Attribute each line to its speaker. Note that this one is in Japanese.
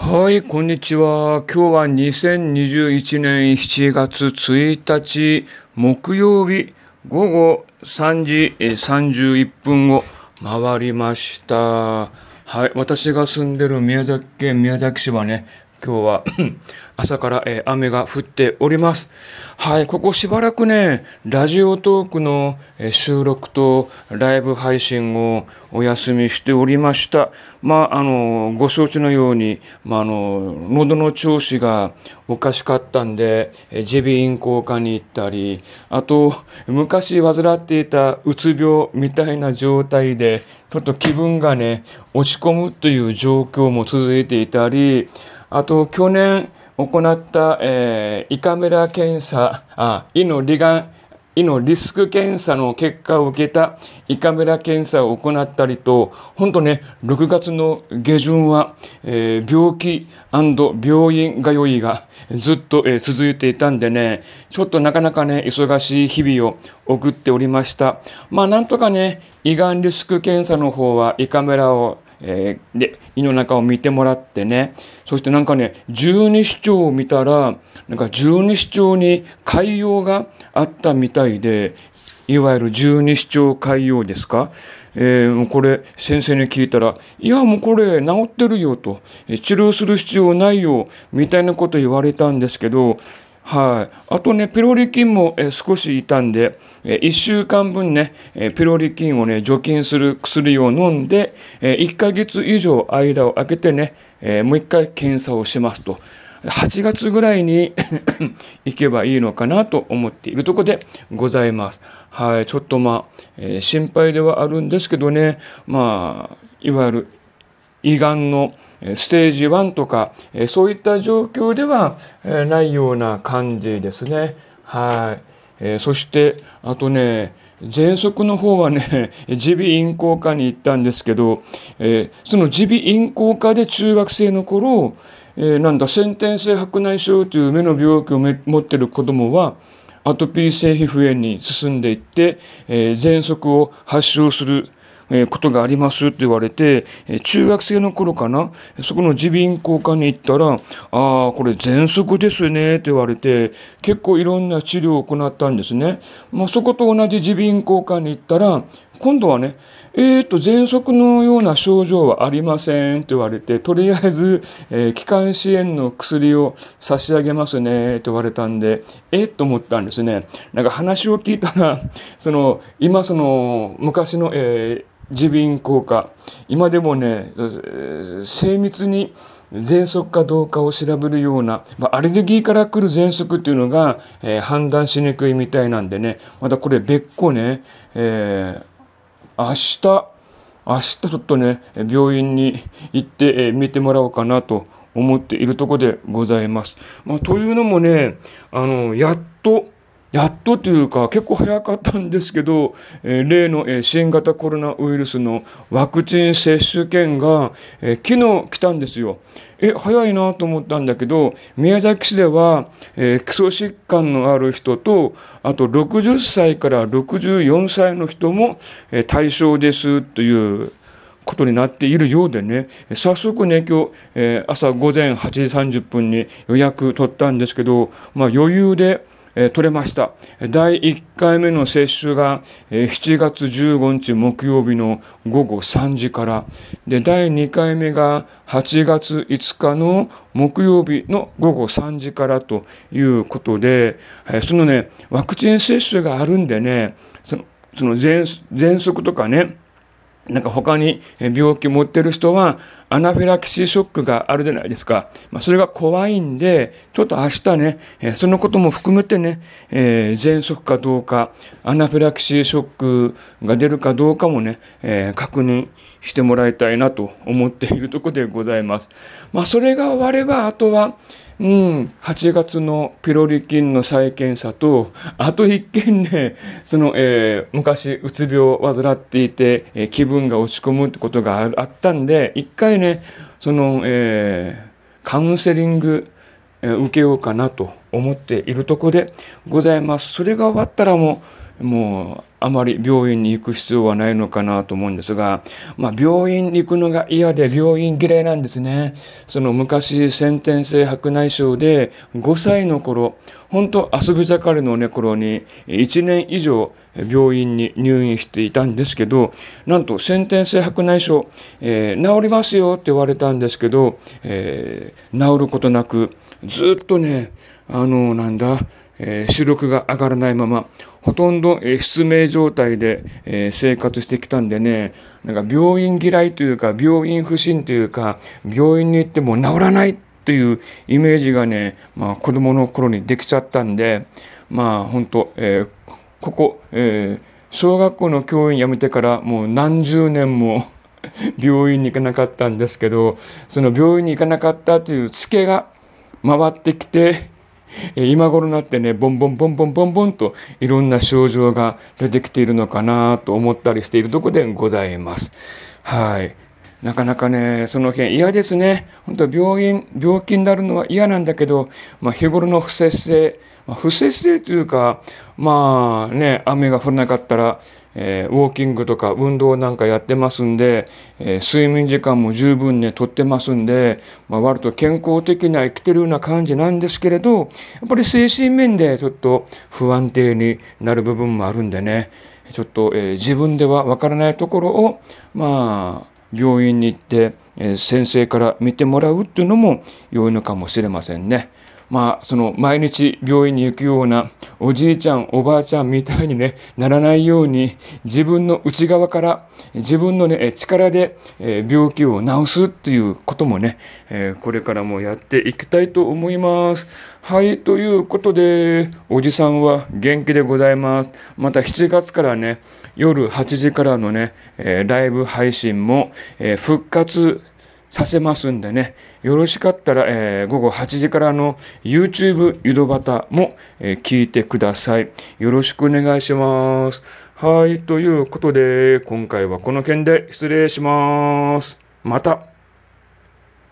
Speaker 1: はい、こんにちは。今日は2021年7月1日木曜日午後3時31分を回りました。はい、私が住んでる宮崎県宮崎市はね、今日は朝から、雨が降っております。はい、ここしばらくね、ラジオトークの、収録とライブ配信をお休みしておりました。ご承知のように、喉の調子がおかしかったんで、耳鼻咽喉科に行ったり、あと、昔患っていたうつ病みたいな状態で、ちょっと気分がね、落ち込むという状況も続いていたり、あと、去年行った、胃カメラ検査、胃のリスク検査の結果を受けた胃カメラ検査を行ったりと、ほんとね、6月の下旬は、病気病院通いがずっと、続いていたんでね、ちょっとなかなかね、忙しい日々を送っておりました。なんとかね、胃がんリスク検査の方は胃カメラをで、胃の中を見てもらってね。そしてなんかね、十二指腸を見たら、なんか十二指腸に潰瘍があったみたいで、いわゆる十二指腸潰瘍ですか？これ、先生に聞いたら、いや、もうこれ治ってるよと、治療する必要ないよ、みたいなこと言われたんですけど、はい。あとね、ピロリ菌も少しいたんで、1週間分ね、ピロリ菌をね、除菌する薬を飲んで、1ヶ月以上間を空けてね、もう一回検査をしますと。8月ぐらいに行けばいいのかなと思っているところでございます。はい。ちょっと心配ではあるんですけどね、いわゆる胃がんのステージ1とか、そういった状況ではないような感じですね。はい。そして、あとね、喘息の方はね、耳鼻咽喉科に行ったんですけど、その耳鼻咽喉科で中学生の頃、先天性白内障という目の病気を持っている子供は、アトピー性皮膚炎に進んでいって、喘息を発症することがありますって言われて、中学生の頃かな、そこの耳鼻咽喉科に行ったら、これ喘息ですねって言われて、結構いろんな治療を行ったんですね。そこと同じ耳鼻咽喉科に行ったら、今度はね、喘息のような症状はありませんって言われて、とりあえず、気管支炎の薬を差し上げますねって言われたんで、と思ったんですね。なんか話を聞いたら、昔の、耳鼻咽喉科、今でもね、精密に喘息かどうかを調べるような、アレルギーから来る喘息っていうのが、判断しにくいみたいなんでね、またこれ別個ね、明日ちょっとね、病院に行って、見てもらおうかなと思っているところでございます。というのもね、やっとというか結構早かったんですけど、例の、新型コロナウイルスのワクチン接種券が、昨日来たんですよ。早いなと思ったんだけど、宮崎市では、基礎疾患のある人と、あと60歳から64歳の人も、対象ですということになっているようでね、早速ね、今日、朝午前8時30分に予約取ったんですけど、余裕で、取れました。第1回目の接種が、7月15日木曜日の午後3時から、で、第2回目が8月5日の木曜日の午後3時からということで、そのね、ワクチン接種があるんでね、その喘息とかね、なんか他に病気持ってる人はアナフィラキシーショックがあるじゃないですか。それが怖いんで、ちょっと明日ね、そのことも含めてね、喘息かどうか、アナフィラキシーショックが出るかどうかもね、確認してもらいたいなと思っているところでございます。それが終われば、あとは、8月のピロリ菌の再検査と、あと一件ね、昔、うつ病を患っていて、気分が落ち込むってことがあったんで、一回ね、カウンセリング、受けようかなと思っているところでございます。それが終わったらももうあまり病院に行く必要はないのかなと思うんですが、病院に行くのが嫌で病院嫌いなんですね。その昔先天性白内障で5歳の頃、本当遊び盛りの頃に1年以上病院に入院していたんですけど、なんと先天性白内障、治りますよって言われたんですけど、治ることなく、ずっとね、視力が上がらないまま、ほとんど失明状態で生活してきたんでね、なんか病院嫌いというか、病院不信というか、病院に行っても治らないっていうイメージがね、子供の頃にできちゃったんで、本当、小学校の教員辞めてからもう何十年も病院に行かなかったんですけど、その病院に行かなかったというツケが回ってきて、今頃になってね、ボンボンボンボンボンボンといろんな症状が出てきているのかなと思ったりしているところでございます。はい。なかなかね、その辺嫌ですね。本当病気になるのは嫌なんだけど、日頃の不節制、不節制というか、雨が降らなかったら、ウォーキングとか運動なんかやってますんで、睡眠時間も十分ね、とってますんで、割と健康的には生きてるような感じなんですけれど、やっぱり精神面でちょっと不安定になる部分もあるんでね、ちょっと、自分ではわからないところを、病院に行って、先生から見てもらうっていうのも良いのかもしれませんね。その毎日病院に行くようなおじいちゃんおばあちゃんみたいにね、ならないように自分の内側から自分のね、力で病気を治すっていうこともね、これからもやっていきたいと思います。はい、ということで、おじさんは元気でございます。また7月からね、夜8時からのね、ライブ配信も復活させますんでね。よろしかったら、午後8時からの YouTube 井戸端も、聞いてください。よろしくお願いします。はい。ということで、今回はこの件で失礼します。また。